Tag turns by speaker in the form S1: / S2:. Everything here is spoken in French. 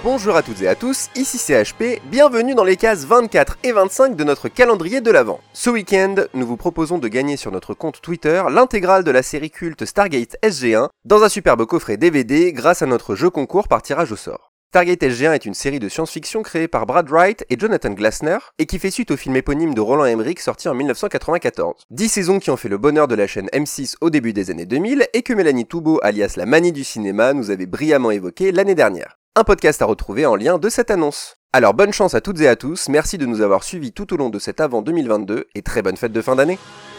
S1: Bonjour à toutes et à tous, ici c'est HP, bienvenue dans les cases 24 et 25 de notre calendrier de l'Avent. Ce week-end, nous vous proposons de gagner sur notre compte Twitter l'intégrale de la série culte Stargate SG1 dans un superbe coffret DVD grâce à notre jeu concours par tirage au sort. Stargate SG1 est une série de science-fiction créée par Brad Wright et Jonathan Glassner et qui fait suite au film éponyme de Roland Emmerich sorti en 1994. 10 saisons qui ont fait le bonheur de la chaîne M6 au début des années 2000 et que Mélanie Toubeau, alias la manie du cinéma, nous avait brillamment évoqué l'année dernière. Un podcast à retrouver en lien de cette annonce. Alors bonne chance à toutes et à tous, merci de nous avoir suivis tout au long de cet avant 2022 et très bonne fête de fin d'année.